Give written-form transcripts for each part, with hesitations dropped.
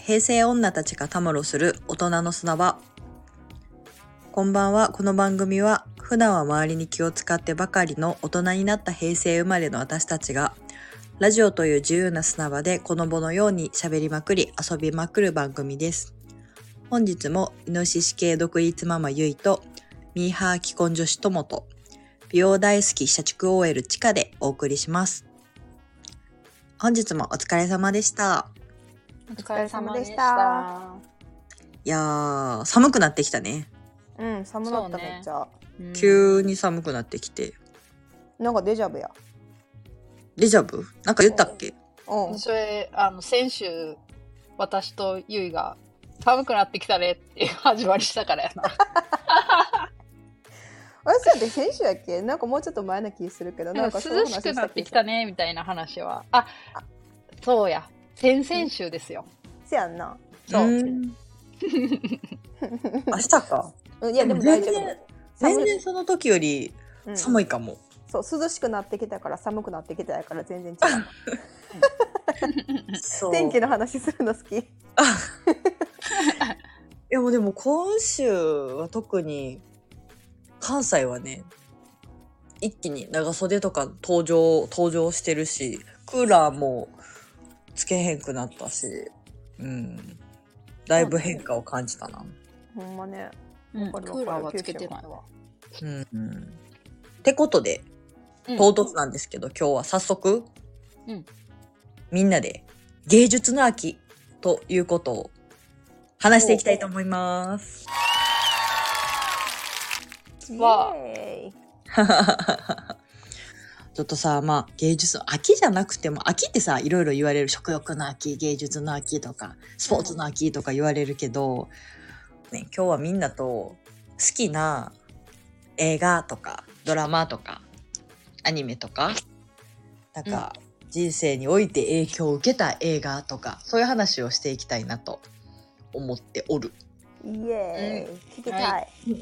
平成女たちがたむろする大人の砂場。こんばんは。この番組は普段は周りに気を使ってばかりの大人になった平成生まれの私たちがラジオという自由な砂場でこのぼのように喋りまくり遊びまくる番組です。本日もイノシシ系独立ママゆいとミーハー既婚女子ともと美容大好き社畜 OL チカでお送りします。本日もお疲れ様でした。 お疲れ様でした。 いやー、寒くなってきたね。 寒かっためっちゃ。 急に寒くなってきて。 なんかデジャブや。 デジャブ？なんか言ったっけ？ それ先週私とゆいが寒くなってきたねっていう始まりしたからやな。 私だって先週やっけ？なんかもうちょっと前な気するけど、なんか涼しくなってきたねみたいな話は。そうや。先々週ですよ。 せやんな。 そう。 明日か。 いやでも大丈夫。 全然その時より寒いかも。 そう、涼しくなってきたから寒くなってきたから全然違う。天気の話するの好き。 いやもうでも今週は特に関西はね、一気に長袖とか登場してるし、クーラーもつけへんくなったし、だいぶ変化を感じたな。 ほんまね。 クーラーはつけてないわ。 ってことで、唐突なんですけど、今日は早速、みんなで芸術の秋ということを話していきたいと思います。 わちょっとさ、芸術の秋じゃなくても、秋ってさ、いろいろ言われる。食欲の秋、芸術の秋とか、スポーツの秋とか言われるけど、今日はみんなと好きな映画とかドラマとかアニメとかなんか人生において影響を受けた映画とかそういう話をしていきたいなと思っておる。 イエーイ、聞きたい。 い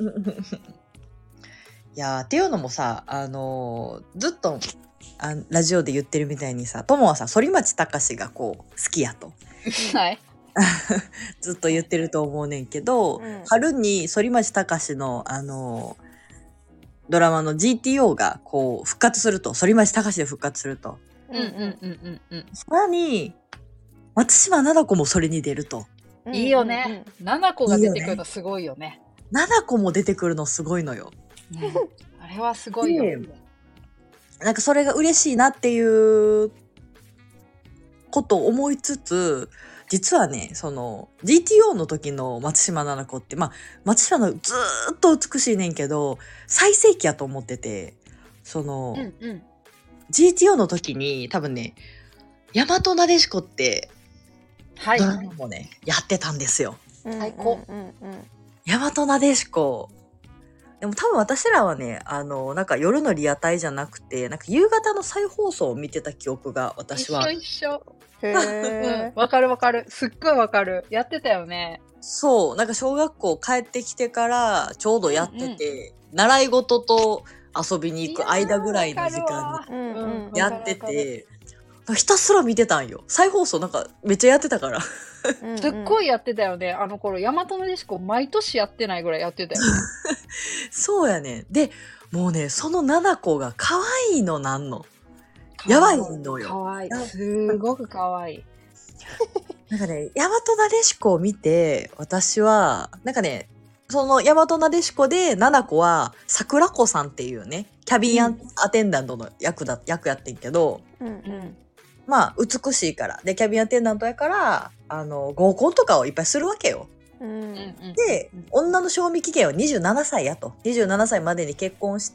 やっていうのもさ、ずっとラジオで言ってるみたいにさ、ともはさ、反町隆史がこう好きやと。 はいずっと言ってると思うねんけど、春に反町隆史のドラマの GTO がこう復活すると、反町隆史で復活すると。さらに松島菜々子もそれに出ると。 いいよね。菜々子が出てくるのすごいよね。 菜々子も出てくるのすごいのよ。 あれはすごいよ。 なんかそれが嬉しいなっていうことを思いつつ、実はね、その GTO の時の松島菜々子って、松島のずーっと美しいねんけど、最盛期やと思ってて、その、GTO の時に多分ね、大和なでしこってドラマもね、やってたんですよ。 最高。 大和なでしこ。でも多分私らはね、なんか夜のリアタイじゃなくて、なんか夕方の再放送を見てた記憶が私は。 一緒。わかる。すっごいわかる。やってたよね。 そう、なんか小学校帰ってきてからちょうどやってて、習い事と遊びに行く間ぐらいの時間にやってて、ひたすら見てたんよ。再放送なんかめっちゃやってたから。すっごいやってたよね。あの頃、大和なでしこ毎年やってないぐらいやってたよね。 そうやね。で、もうね、その菜々子が可愛いのなんの。やばいのよ。 可愛い。すごく可愛い。 なんかね、大和なでしこを見て、私は、なんかね、その大和なでしこで、菜々子は、桜子さんっていうね、キャビンアテンダントの役やってんけど、美しいから。で、キャビンアテンダントやから、合コンとかをいっぱいするわけよ。で、女の賞味期限は27歳やと。27歳までに結婚して、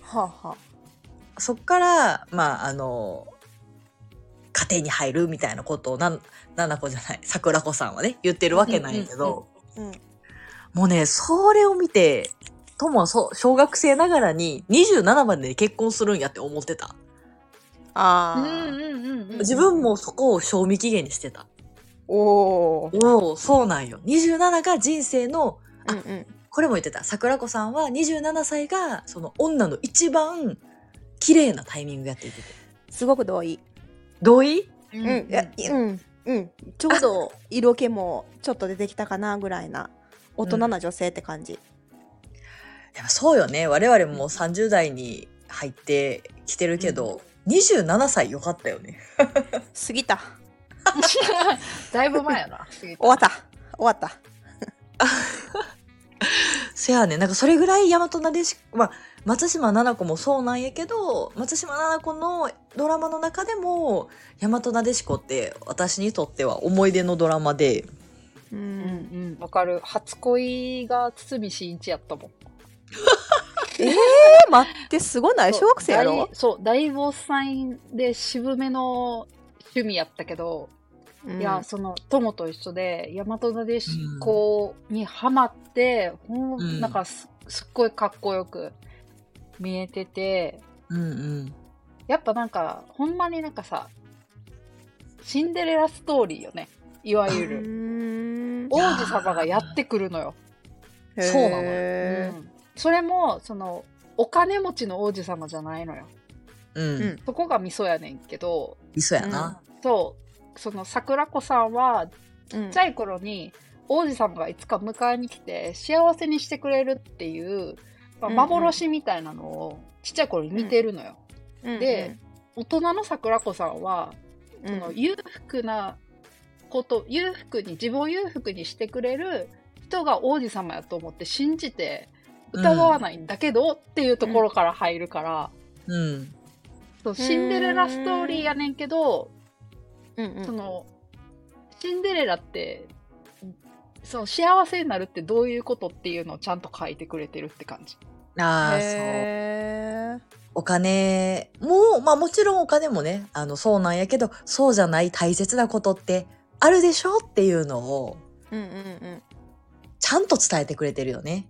そっから、家庭に入るみたいなことを菜々子じゃない、桜子さんはね、言ってるわけなんやけど、もうね、それを見て、とも小学生ながらに27までに結婚するんやって思ってた。自分もそこを賞味期限にしてた。そうなんよ。27が人生の、これも言ってた。桜子さんは27歳が、その女の一番綺麗なタイミングやって言ってて。 すごく同意。 同意？ ちょうど色気もちょっと出てきたかなぐらいな大人な女性って感じ。 やっぱそうよね。我々も30代に入ってきてるけど、27歳よかったよね。 過ぎた。 だいぶ前やな。 終わった。 せやね、なんかそれぐらい大和なでしこ、まあ、松島菜々子もそうなんやけど、松島菜々子のドラマの中でも大和なでしこって私にとっては思い出のドラマで、 わかる。初恋が堤真一やったもん。 待ってすごない？小学生やろ？ そう大坊さんで渋めの趣味やったけど、いやその友と一緒で大和なでしこにハマって、なんかすっごいかっこよく見えてて、やっぱなんかほんまになんかさ、シンデレラストーリーよね。いわゆる王子様がやってくるのよ。 そうなのよ。 それもそのお金持ちの王子様じゃないのよ。そこがミソやねんけど。 ミソやな。 そうその桜子さんはちっちゃい頃に王子様がいつか迎えに来て幸せにしてくれるっていう、幻みたいなのをちっちゃい頃に見てるのよ。で、大人の桜子さんはその裕福なこと自分を裕福にしてくれる人が王子様やと思って信じて疑わないんだけど、っていうところから入るから、そうシンデレラストーリーやねんけど、そのシンデレラってその幸せになるってどういうことっていうのをちゃんと書いてくれてるって感じ。 そうお金も、もちろんお金もね、そうなんやけど、そうじゃない大切なことってあるでしょっていうのをちゃんと伝えてくれてるよね。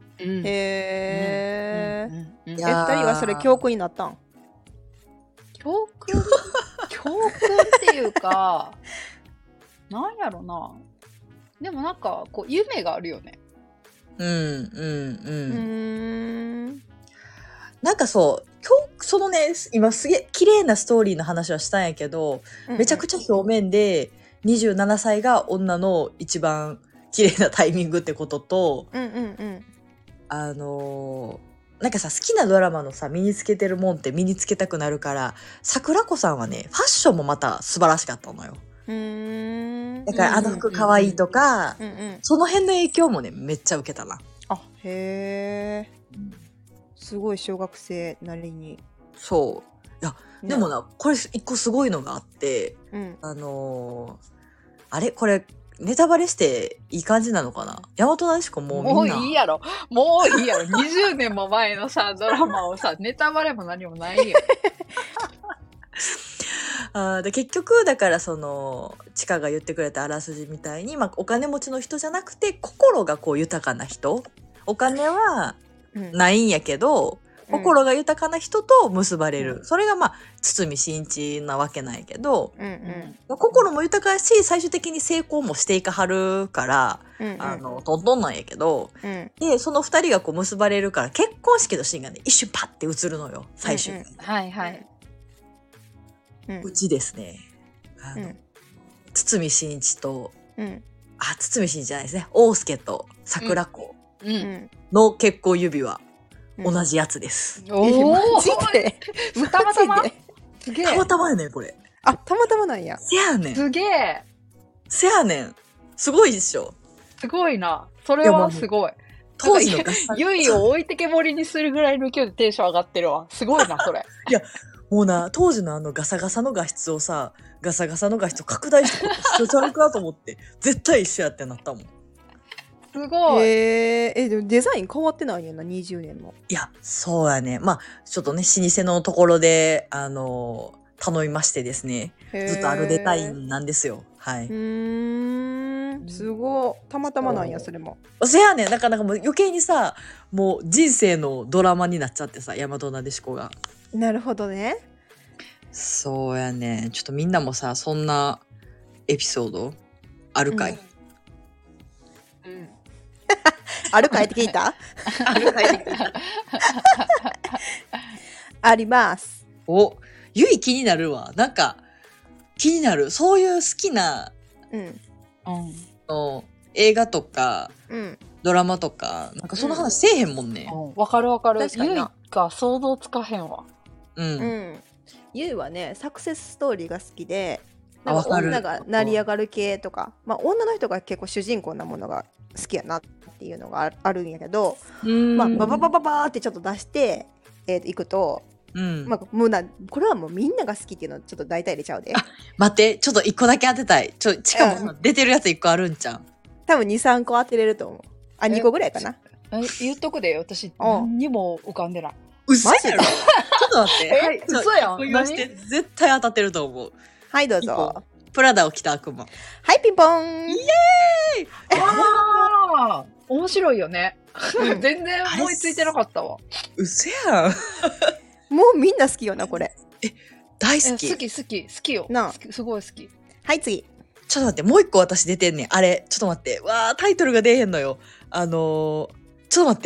へー。2人はそれ教訓になったん？ 教訓っていうかなんやろな。でもなんかこう夢があるよね。 なんかそうそのね、今すげえ綺麗なストーリーの話はしたんやけど、めちゃくちゃ表面で27歳が女の一番綺麗なタイミングってことと、なんかさ、好きなドラマのさ、身につけてるもんって身につけたくなるから、桜子さんはね、ファッションもまた素晴らしかったのよ。だから服可愛いとか、その辺の影響もね、めっちゃ受けたな。 へー。すごい小学生なりに。 そう。いや、でもな、これ一個すごいのがあって、あれこれ、ネタバレしていい感じなのかな？大和なでしこもうみんな。 もういいやろ。20年も前のさ、ドラマをさ、ネタバレも何もないよ。 で結局だからそのチカが言ってくれたあらすじみたいに、お金持ちの人じゃなくて心がこう豊かな人、お金はないんやけど、心が豊かな人と結ばれる、それが堤真一なわけないけど、心も豊かやし最終的に成功もしていかはるから、トントンなんやけど、でその2人がこう結ばれるから結婚式のシーンがね一瞬パッて映るのよ最終に。うちですね、堤真一と、堤真一じゃないですね、大輔と桜子の結婚指輪、同じやつです。 マジで？ たまたま？ すげえ。たまたまやねんこれ。 たまたまなんや。 せやねん。 すげえ。 せやねん。すごいでしょ。 すごいな。それはすごい。当時のゆいを置いてけぼりにするぐらいの勢いでテンション上がってるわ。すごいなそれ。 いやもうな、当時のガサガサの画質を拡大して一緒ちゃうかと思って絶対一緒やってなったもん。 すごい。 でもデザイン変わってないんやな、20年も。 いや、そうやね。ちょっとね、老舗のところで、頼みましてですね。ずっとあるデザインなんですよ。はい。 すごい。たまたまなんや、それも。 せやねん。なかなかもう余計にさ、もう人生のドラマになっちゃってさ、大和なでしこが。 なるほどね。 そうやね。ちょっとみんなもさ、そんなエピソードあるかい？ あるかいって聞いた？あります。 ゆい気になるわ。なんか気になる。そういう好きなうんうん。 の映画とかうんドラマとかなんかその話せえへんもんね。 わかるわかる。ゆい確かになが想像つかへんわ。 うん。 うんゆいはねサクセスストーリーが好きであわかる女が成り上がる系とか、まあ、女の人が結構主人公なものが好きやなっていうのがあるんやけど、まあ、バババババーってちょっと出していくと、 うん。 まあ、もうこれはもうみんなが好きっていうのをちょっと大体入れちゃうで待ってちょっと一個だけ当てたい。しかもさ出てるやつ一個あるんちゃう？ 多分 2,3 個当てれると思う。あ2個ぐらいかな。 言っとくで、私、何にも浮かんでない。 嘘マジでやろ？ちょっと待って。はい嘘やん。 言わして絶対当たってると思う。 はいどう一個ぞ。 プラダを着た悪魔。 はいピンポン。 イエーイ！ ああ、面白いよね。 うん全然思いついてなかったわ。 嘘やん。 もうみんな好きよなこれ。 大好き。 好きよ。 なあすごい好き。 はい次。 ちょっと待って、もう一個私出てんねん。あれ、ちょっと待って。わー、タイトルが出えへんのよ。ちょっと待って。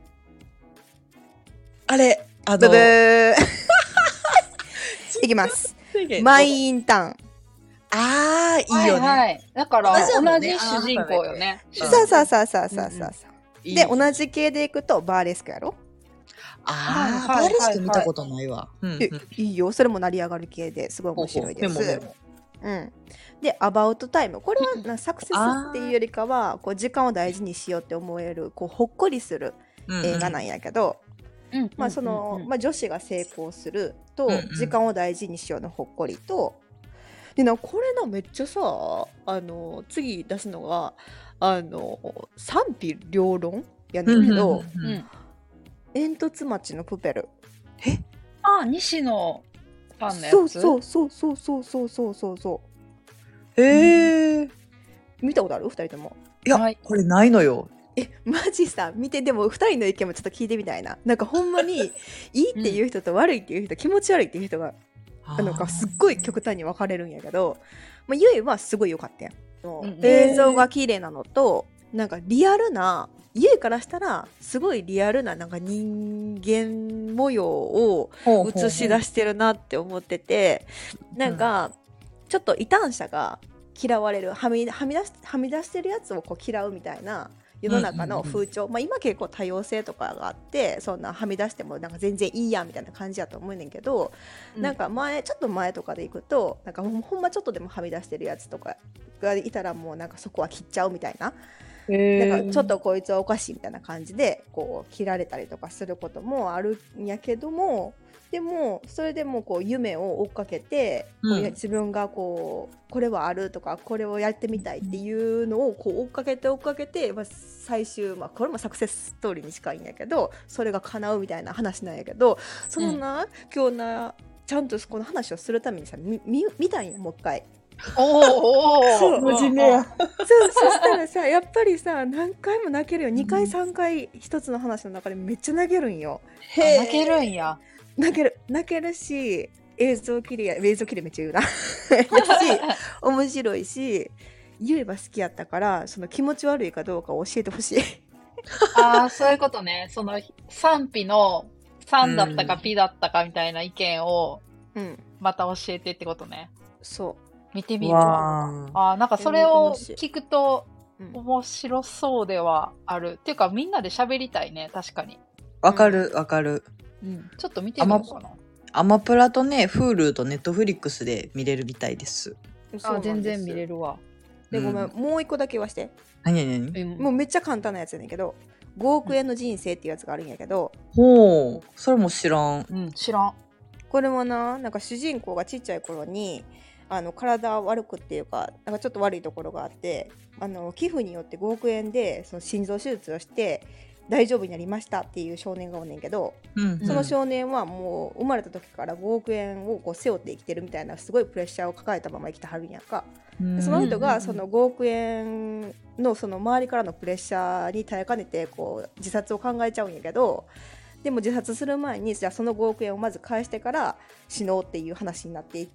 あれ、 ブブー。いきます。マイインターン。 あー、いいよね。 はいはい。だから、 同じだもんね同じ主人公よね。 うんそうそうそうそうそうそう。 いいで同じ系でいくとバーレスクやろ。 あー、 はいはいはいバーレスク見たことないわ。うんうん。 いいよそれも成り上がる系ですごい面白いです。 ほうほうメモメモうん、でアバウトタイムこれはサクセスっていうよりかはこう時間を大事にしようって思えるこうほっこりする映画なんやけど、まあそのまあ、女子が成功すると、 うんうん時間を大事にしようのほっこりとでなこれなめっちゃさ次出すのが賛否両論やねんけど、 うんうん煙突町のプペルあ、西野さんのやつ。 そうそうへー。 見たことある2人とも。 いや、 はいこれないのよ。 マジさ見てでも2人の意見もちょっと聞いてみたいな。なんかほんまにいいっていう人と悪いっていう人、気持ち悪いっていう人がなんかすっごい極端に分かれるんやけど、まあ、ゆいはすごい良かったやん。映像が綺麗なのとなんかリアルなゆいからしたらすごいリアルななんか人間模様を映し出してるなって思ってて、なんかちょっと異端者が嫌われるはみ出してるやつをこう嫌うみたいな世の中の風潮、まあ、今結構多様性とかがあってそんなはみ出してもなんか全然いいやみたいな感じやと思うねんけど、なんかちょっと前とかでいくとなんかほんまちょっとでもはみ出してるやつとかがいたらもうなんかそこは切っちゃうみたいな。なんかちょっとこいつはおかしいみたいな感じでこう切られたりとかすることもあるんやけども、でもそれでもこう夢を追っかけて、こう自分がこれはあるとかこれをやってみたいっていうのをこう追っかけて、まあ、最終、まあ、これもサクセスストーリーに近いんやけどそれが叶うみたいな話なんやけど、そのな、今日なちゃんとこの話をするためにさ見たんよもう一回。 そう真面目や。 そしたらさやっぱりさ何回も泣けるよ。2回3回一つの話の中でめっちゃ泣けるんよ。 泣けるんや。 泣けるし映像綺麗めっちゃ言うなやし面白いし言えば好きやったからその気持ち悪いかどうかを教えてほしい。 ああ、そういうことね。その賛否の3だったか P だったかみたいな意見をまた教えてってことね。 そう見てみるわ。なんかそれを聞くと面白そうではある。っていうかみんなで喋りたいね、確かに。 わかるわかる。 ちょっと見てみようかな。 アマプラとね、Hulu と Netflix で見れるみたいです。 全然見れるわ。 でごめん、もう一個だけ言わして。 何もうめっちゃ簡単なやつやねんけど、5億円の人生っていうやつがあるんやけど、 ほう、それも知らん。 知らん。 これもなんか主人公がちっちゃい頃に体悪くっていうかなんかちょっと悪いところがあって寄付によって5億円でその心臓手術をして大丈夫になりましたっていう少年がおんねんけど、その少年はもう生まれた時から5億円をこう背負って生きてるみたいなすごいプレッシャーを抱えたまま生きてはるんやんか。その人がその5億円のその周りからのプレッシャーに耐えかねてこう自殺を考えちゃうんやけど、でも自殺する前にじゃあその5億円をまず返してから死のうっていう話になっていって、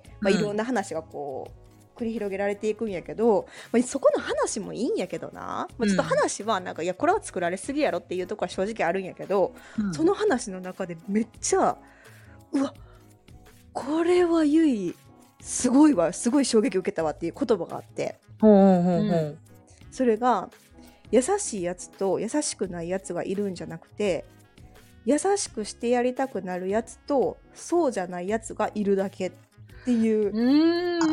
いろんな話がこう繰り広げられていくんやけど、そこの話もいいんやけどな、ちょっと話はなんかいやこれは作られすぎやろっていうところは正直あるんやけど、その話の中でめっちゃうわこれはゆい好すごい衝撃を受けたわっていう言葉があって、 ほうほうほうほう。 それが優しいやつと優しくないやつがいるんじゃなくて、優しくしてやりたくなるやつとそうじゃないやつがいるだけっていう言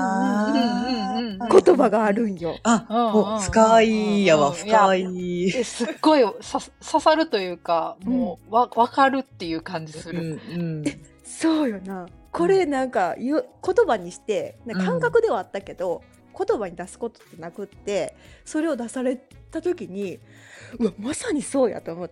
葉があるんよ。 深いやわ、深い。 すっごい刺さるというか、もうわかるっていう感じする。 そうよな。これなんか言葉にして感覚ではあったけど、言葉に出すことってなくって、それを出された時にうわまさにそうやと思って、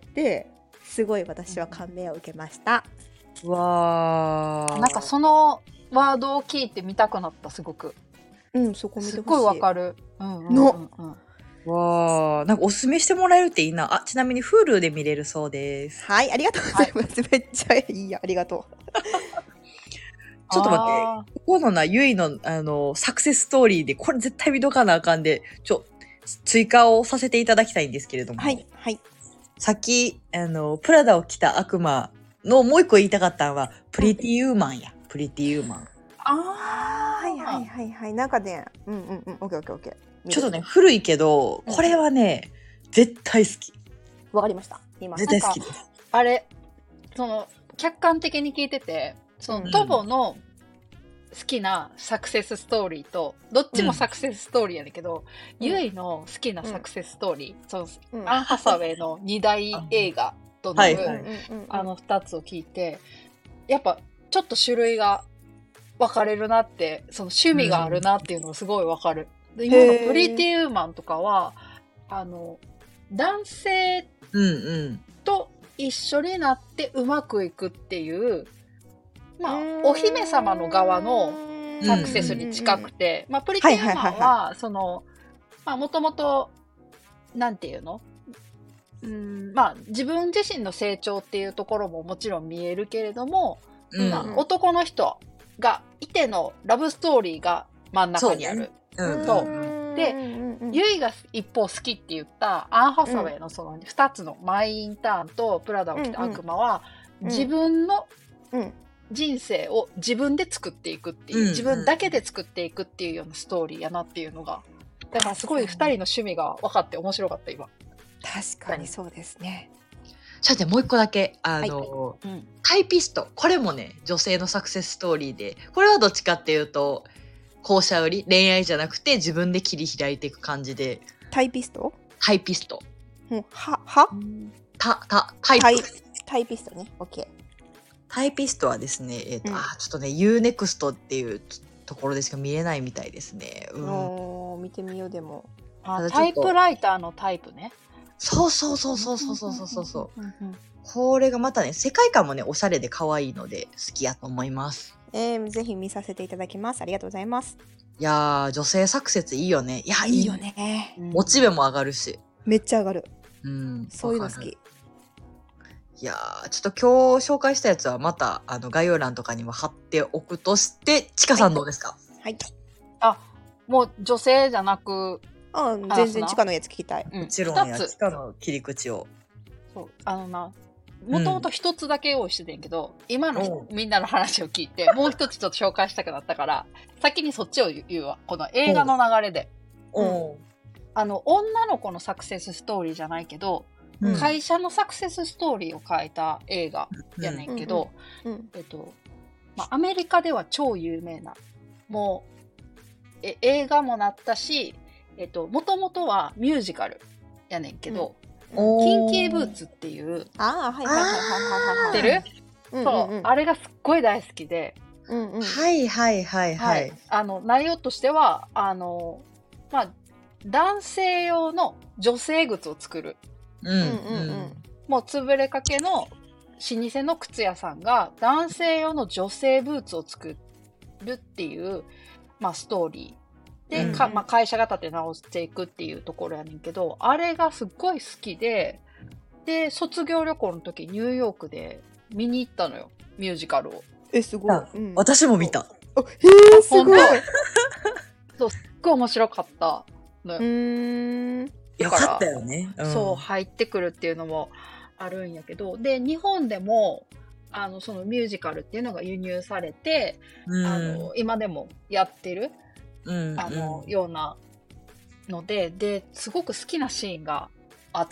すごい私は感銘を受けました。 わー、 なんかそのワードを聞いてみたくなった。すごくそこ見てほしい。 すっごいわかるの。 わー、なんかおすすめしてもらえるっていいな。ちなみに Hulu で見れるそうです。 はい、ありがとうございます、めっちゃいいや、ありがとう。 ちょっと待って、ここのな、ゆいの、サクセスストーリーで、これ絶対見とかなあかんで、追加をさせていただきたいんですけれども。 はい、はい。 さっき、プラダを着た悪魔のもう一個言いたかったのは、プリティウーマンや。プリティウーマン。 はいはいはいはい。なんかね、オッケーオッケーオッケー。 ちょっとね、古いけど、これはね、絶対好き。 わかりました。 絶対好きです。 あれ、客観的に聞いてて、トボの好きなサクセスストーリーと、どっちもサクセスストーリーやねんけど、ゆいの好きなサクセスストーリー、アン・ハサウェイの2大映画となる、2つを聞いて、やっぱちょっと種類が分かれるなって、その趣味があるなっていうのがすごい分かる。で、今のプリティウーマンとかは、男性と一緒になってうまくいくっていう、まあ、お姫様の側のサクセスに近くて、まあ、プリティウーマンは、まあ、もともと、なんていうの？まあ、自分自身の成長っていうところももちろん見えるけれども、まあ、男の人がいてのラブストーリーが真ん中にある。で、ゆいが一方好きって言ったアン・ハサウェイのその2つのマイ・インターンとプラダを着た悪魔は、自分の人生を自分で作っていくっていう、自分だけで作っていくっていうようなストーリーやなっていうのが、だからすごい2人の趣味が分かって面白かった今。 確かにそうですね。 さてもう一個だけタイピスト、これもね女性のサクセスストーリーで、これはどっちかっていうと後者より恋愛じゃなくて自分で切り開いていく感じで。 タイピストタイピストタイピストね。 OK。 タイピストはですね、ちょっとね UNEXT っていうところでしか見れないみたいですね。 見てみよう。でもタイプライターのタイプね。 そう。これがまたね世界観もねおしゃれで可愛いので好きやと思います。 ぜひ見させていただきます。ありがとうございます。 いやー、女性サクセスいいよね。いや、 いいよね。 モチベも上がるし。 めっちゃ上がる。そういうの好き。 いやー、ちょっと今日紹介したやつはまた概要欄とかにも貼っておくとして、ちかさんどうですか？ はい。 もう女性じゃなく、 全然ちかのやつ聞きたい。 もちろんや、ちかの切り口を。 そう、もともと一つだけ用意しててんけど、今のみんなの話を聞いて、もう一つちょっと紹介したくなったから、先にそっちを言うわ。この映画の流れで。女の子のサクセスストーリーじゃないけど、会社のサクセスストーリーを書いた映画やねんけど、アメリカでは超有名な、もう、映画もなったし、もともとはミュージカルやねんけど、キンキーブーツっていう、知ってる？そう、あれがすっごい大好きで、 はい。 内容としては、まあ、男性用の女性靴を作る。もう潰れかけの老舗の靴屋さんが男性用の女性ブーツを作るっていう、まあ、ストーリー。で、会社が立て直していくっていうところやねんけど、あれがすっごい好きで、卒業旅行の時ニューヨークで見に行ったのよ、ミュージカルを。 すごい。 私も見た。 すごい。 そう、すっごい面白かったのよ。 よかったよね。 そう、入ってくるっていうのもあるんやけど、で、日本でも、 そのミュージカルっていうのが輸入されて、今でもやってる、ようなので、すごく好きなシーンがあって、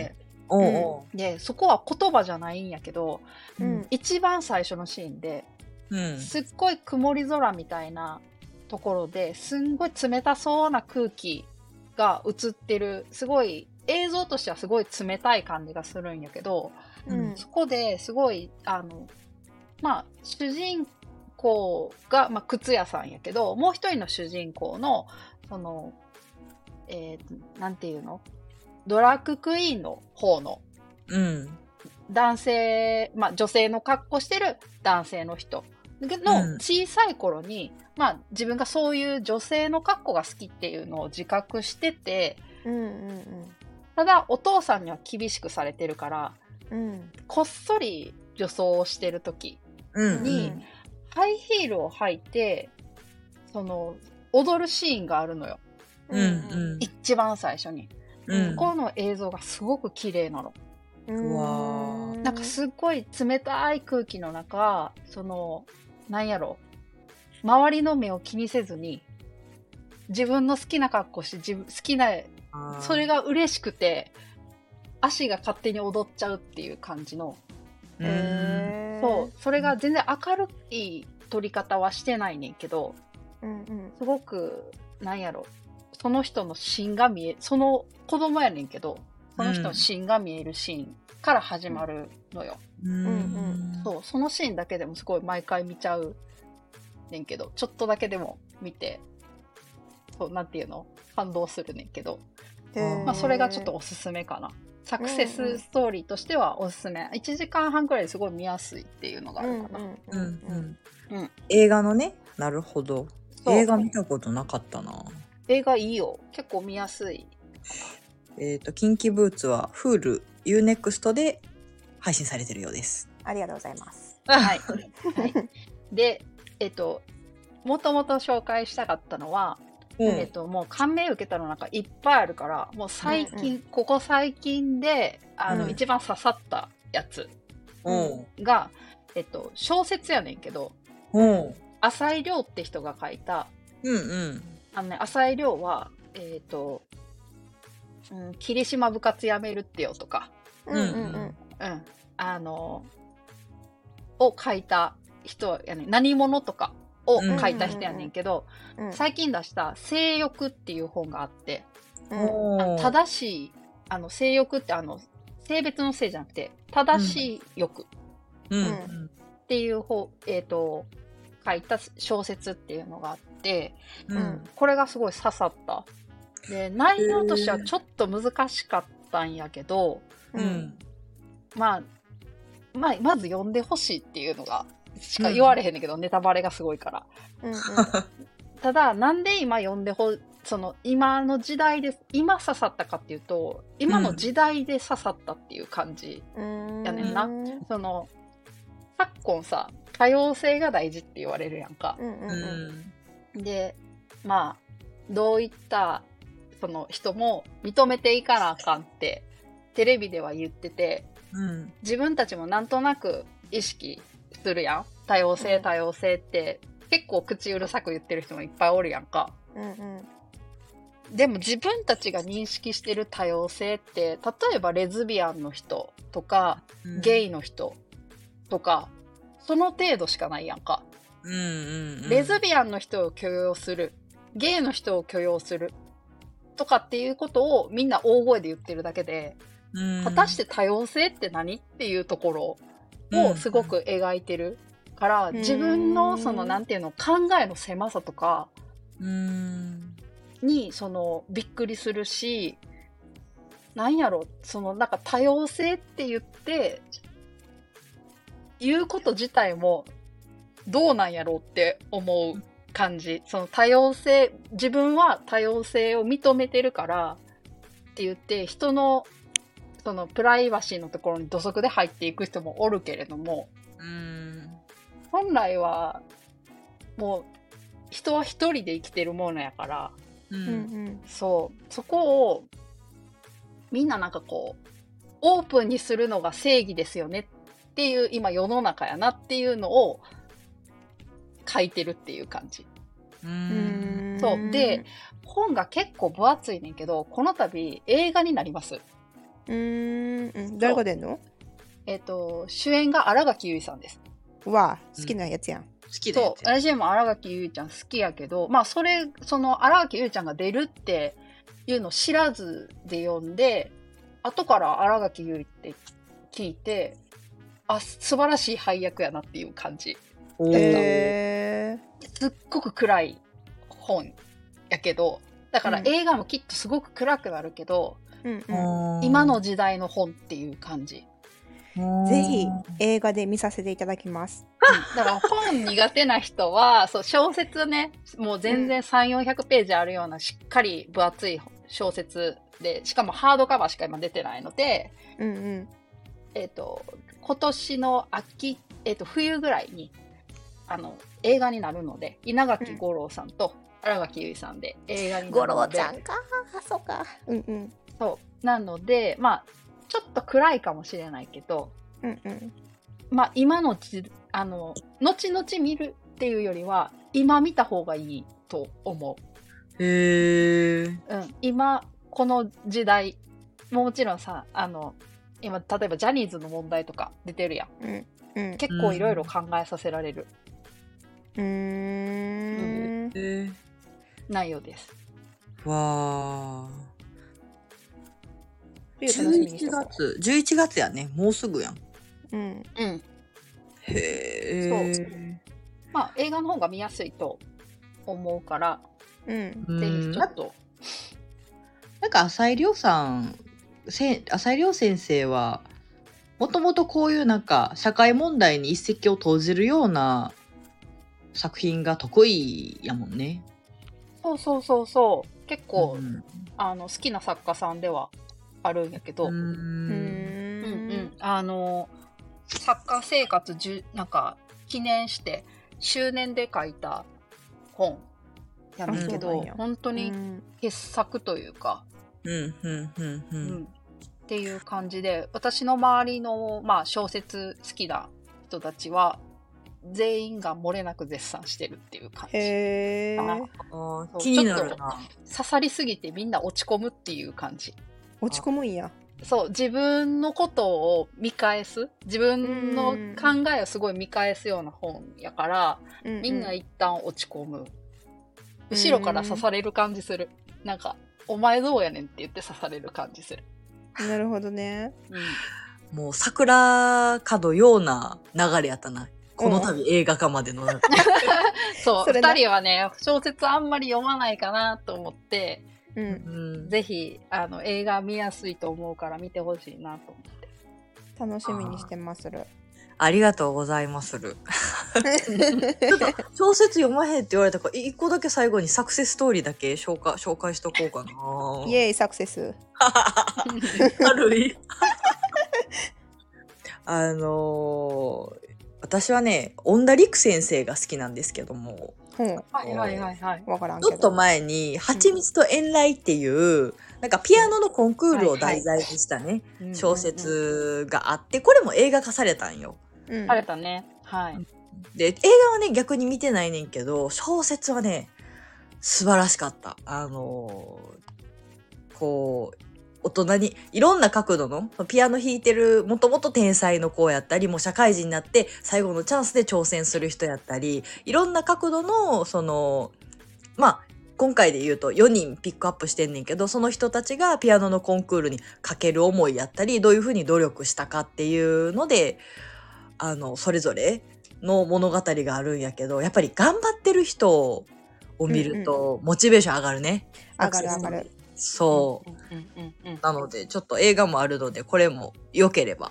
で、そこは言葉じゃないんやけど、一番最初のシーンで、すっごい曇り空みたいなところですんごい冷たそうな空気が映ってる、すごい映像としてはすごい冷たい感じがするんやけど、そこですごい主人公が、靴屋さんやけど、もう一人の主人公のそのなんていうの、ドラッグクイーンの方の男性、女性の格好してる男性の人の小さい頃に、自分がそういう女性の格好が好きっていうのを自覚してて、ただお父さんには厳しくされてるから、こっそり女装をしてる時に、ハイヒールを履いてその踊るシーンがあるのよ、一番最初に。この映像がすごく綺麗なの。なんかすっごい冷たい空気の中、そのなんやろ、周りの目を気にせずに自分の好きな格好して好きな、それが嬉しくて足が勝手に踊っちゃうっていう感じの、それが全然明るい撮り方はしてないねんけど、すごくなんやろ、その人の芯が見え、その子供やねんけど、その人の芯が見えるシーンから始まるのよ。そう、そのシーンだけでもすごい毎回見ちゃうねんけど、ちょっとだけでも見て、そう、なんていうの、感動するねんけど、それがちょっとおすすめかな。サクセスストーリーとしてはおすすめ。1時間半くらいですごい見やすいっていうのがあるかな。 映画のね、なるほど。映画見たことなかったな。 映画いいよ。結構見やすい。 キンキブーツは Hulu、Unext で配信されてるようです。 ありがとうございます。 はい。で、もともと紹介したかったのは、もう感銘受けたのなんかいっぱいあるから、もう最近、ここ最近で一番刺さったやつが、小説やねんけど、浅井亮って人が書いた、浅井亮は霧島部活やめるってよとか、を書いた人やねん。何者とかを書いた人やねんけど、最近出した性欲っていう本があって、正しい性欲って性別の性じゃなくて正しい欲っていう書いた小説っていうのがあって、これがすごい刺さった。で、内容としてはちょっと難しかったんやけど、まず読んでほしいっていうのがしか言われへんねんけど、ネタバレがすごいから。ただ、なんで今その今の時代で、今刺さったかっていうと、今の時代で刺さったっていう感じやねんな。その、昨今さ、多様性が大事って言われるやんか。で、どういったその人も認めていかなあかんってテレビでは言ってて、自分たちもなんとなく意識するやん。多様性って結構口うるさく言ってる人もいっぱいおるやんか。でも自分たちが認識してる多様性って、例えばレズビアンの人とか、ゲイの人とか、その程度しかないやんか。レズビアンの人を許容する、ゲイの人を許容するとかっていうことをみんな大声で言ってるだけで、果たして多様性って何っていうところをすごく描いてるから、自分のそのなんていうの、考えの狭さとかにそのびっくりするし、なんやろ、そのなんか多様性って言って言うこと自体もどうなんやろうって思う感じ。その多様性、自分は多様性を認めてるからって言って人のそのプライバシーのところに土足で入っていく人もおるけれども、本来はもう人は一人で生きてるものやから、そこをみんななんかこうオープンにするのが正義ですよねっっていう今世の中やなっていうのを書いてるっていう感じ。そうで本が結構分厚いねんけど、この度映画になります。 誰が出んの？ 主演が新垣結衣さんです。 わあ、好きなやつやん。 好きだよ。 そう、私も新垣結衣ちゃん好きやけど、まあその新垣結衣ちゃんが出るっていうのを知らずで読んで、後から新垣結衣って聞いて、あ、素晴らしい配役やなっていう感じ。すっごく暗い本やけど、だから映画もきっとすごく暗くなるけど、今の時代の本っていう感じ。 ぜひ映画で見させていただきます。 だから本苦手な人はそう小説ね、もう全然3、400ページあるようなしっかり分厚い小説で、しかもハードカバーしか今出てないので、今年の秋、冬ぐらいに映画になるので、稲垣吾郎さんと新垣結衣さんで映画になるので、 吾郎ちゃんか、そうか、 そうなので、まあちょっと暗いかもしれないけど、まあ今の後々見るっていうよりは今見た方がいいと思う。今この時代もちろんさ、今例えばジャニーズの問題とか出てるやん。結構いろいろ考えさせられる内容です。 わー。11月やね。もうすぐやん。へえ。 そう。まあ映画の方が見やすいと思うから、ぜひちょっと。 なんか浅井亮先生はもともとこういうなんか社会問題に一石を投じるような作品が得意やもんね。 そう結構、好きな作家さんではあるんやけど、作家生活なんか記念して周年で書いた本やねんけど、本当に傑作というか、っていう感じで、私の周りの、まあ、小説好きな人たちは全員が漏れなく絶賛してるっていう感じ。 気になるな。 刺さりすぎてみんな落ち込むっていう感じ。 落ち込むんや。 そう、自分のことを見返す、自分の考えをすごい見返すような本やから、みんな一旦落ち込む。後ろから刺される感じする。なんか、お前どうやねんって言って刺される感じする。 なるほどね。 もう桜かのような流れやったな。この度映画化までの。 そう、2人はね、小説あんまり読まないかなと思って、ぜひ映画見やすいと思うから見てほしいなと思って。 楽しみにしてまする。 ありがとうございまする。ちょっと小説読まへんって言われたから一個だけ最後にサクセスストーリーだけ紹介しとこうかな。 イエーイサクセス。 軽い。私はね、恩田陸先生が好きなんですけども、 わからんけどちょっと前に「はちみつと遠雷」っていうなんかピアノのコンクールを題材にしたね小説があって、これも映画化されたんよ。 されたね。 で映画はね逆に見てないねんけど、小説はね素晴らしかった。こう大人にいろんな角度のピアノ弾いてるもともと天才の子やったり、もう社会人になって最後のチャンスで挑戦する人やったり、いろんな角度のまあ今回で言うと4人ピックアップしてんねんけど、その人たちがピアノのコンクールにかける思いやったり、どういうふうに努力したかっていうのでそれぞれの物語があるんやけど、やっぱり頑張ってる人を見るとモチベーション上がるね。 上がる。 そう、なのでちょっと映画もあるので、これも良ければ、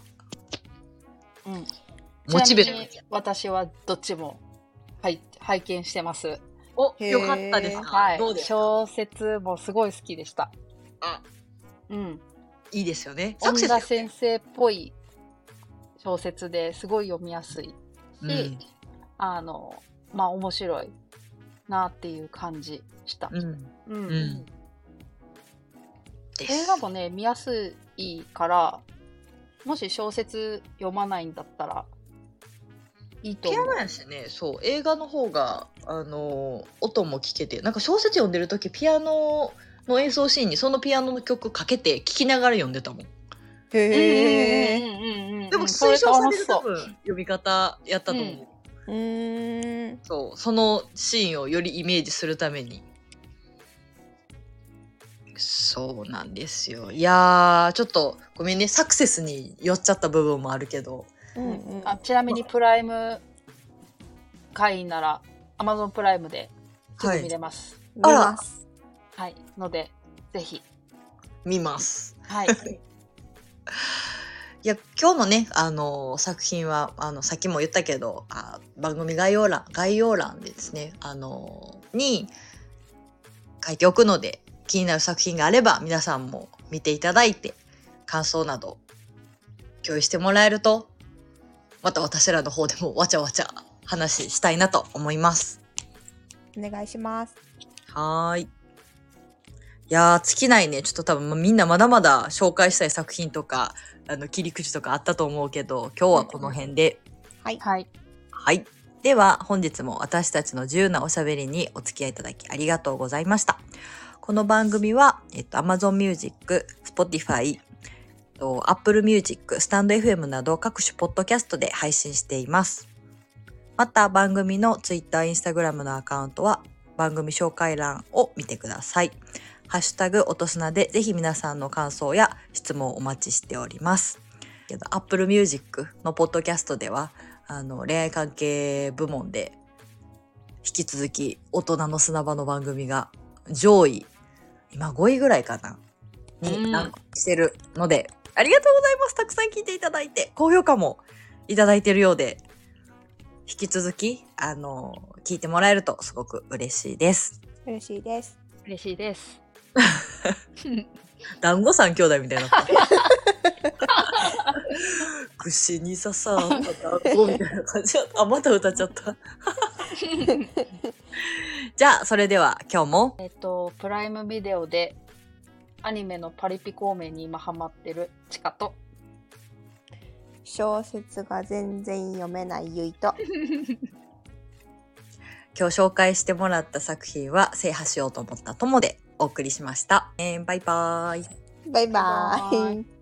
モチベーション。私はどっちも拝見してます。 よかったですか？どうですか？ 小説もすごい好きでした。 いいですよね。 恩田先生っぽい小説ですごい読みやすいし、まあ面白いなっていう感じした。映画もね見やすいから、 もし小説読まないんだったらいいとピア思う。 ノやしね、そう映画の方が音も聞けて、なんか小説読んでる時ピアノの演奏シーンにそのピアノの曲かけて聴きながら読んでたもん。 へえ。 でもそれ推奨される多楽しそう。 分読み方やったと思う。そうそのシーンをよりイメージするために。そうなんですよ。いやーちょっとごめんね、サクセスに寄っちゃった部分もあるけど、 ちなみにプライム会員なら Amazon プライムですぐ見れます。 見ます。 はい。のでぜひ見ます。 はい。 いや今日のね作品はさっきも言ったけど番組概要欄でですねに書いておくので、気になる作品があれば皆さんも見ていただいて感想など共有してもらえると、また私らの方でもわちゃわちゃ話したいなと思います。 お願いします。 はーい。いや尽きないね。ちょっと多分みんなまだまだ紹介したい作品とか切り口とかあったと思うけど、今日はこの辺で、 はいはい。 はい。では本日も私たちの自由なおしゃべりにお付き合いいただきありがとうございました。この番組は、Amazon Music、Spotify、Apple Music、スタンド FM など各種ポッドキャストで配信しています。また番組の Twitter、Instagram のアカウントは番組紹介欄を見てください。ハッシュタグ音砂でぜひ皆さんの感想や質問をお待ちしております。Apple Music のポッドキャストでは恋愛関係部門で引き続き大人の砂場の番組が上位今5位ぐらいかなにランクしてるので、ありがとうございます。たくさん聞いていただいて高評価もいただいているようで、引き続き聞いてもらえるとすごく嬉しいです。 嬉しいです。 嬉しいです。 団子三兄弟みたいな串に刺さった団子みたいな感じだった。また歌っちゃったじゃあそれでは今日もプライムビデオでアニメのパリピ孔明に今ハマってるチカと、 小説が全然読めないゆいと今日紹介してもらった作品は制覇しようと思った友でお送りしました。バイバーイ。 バイバーイ。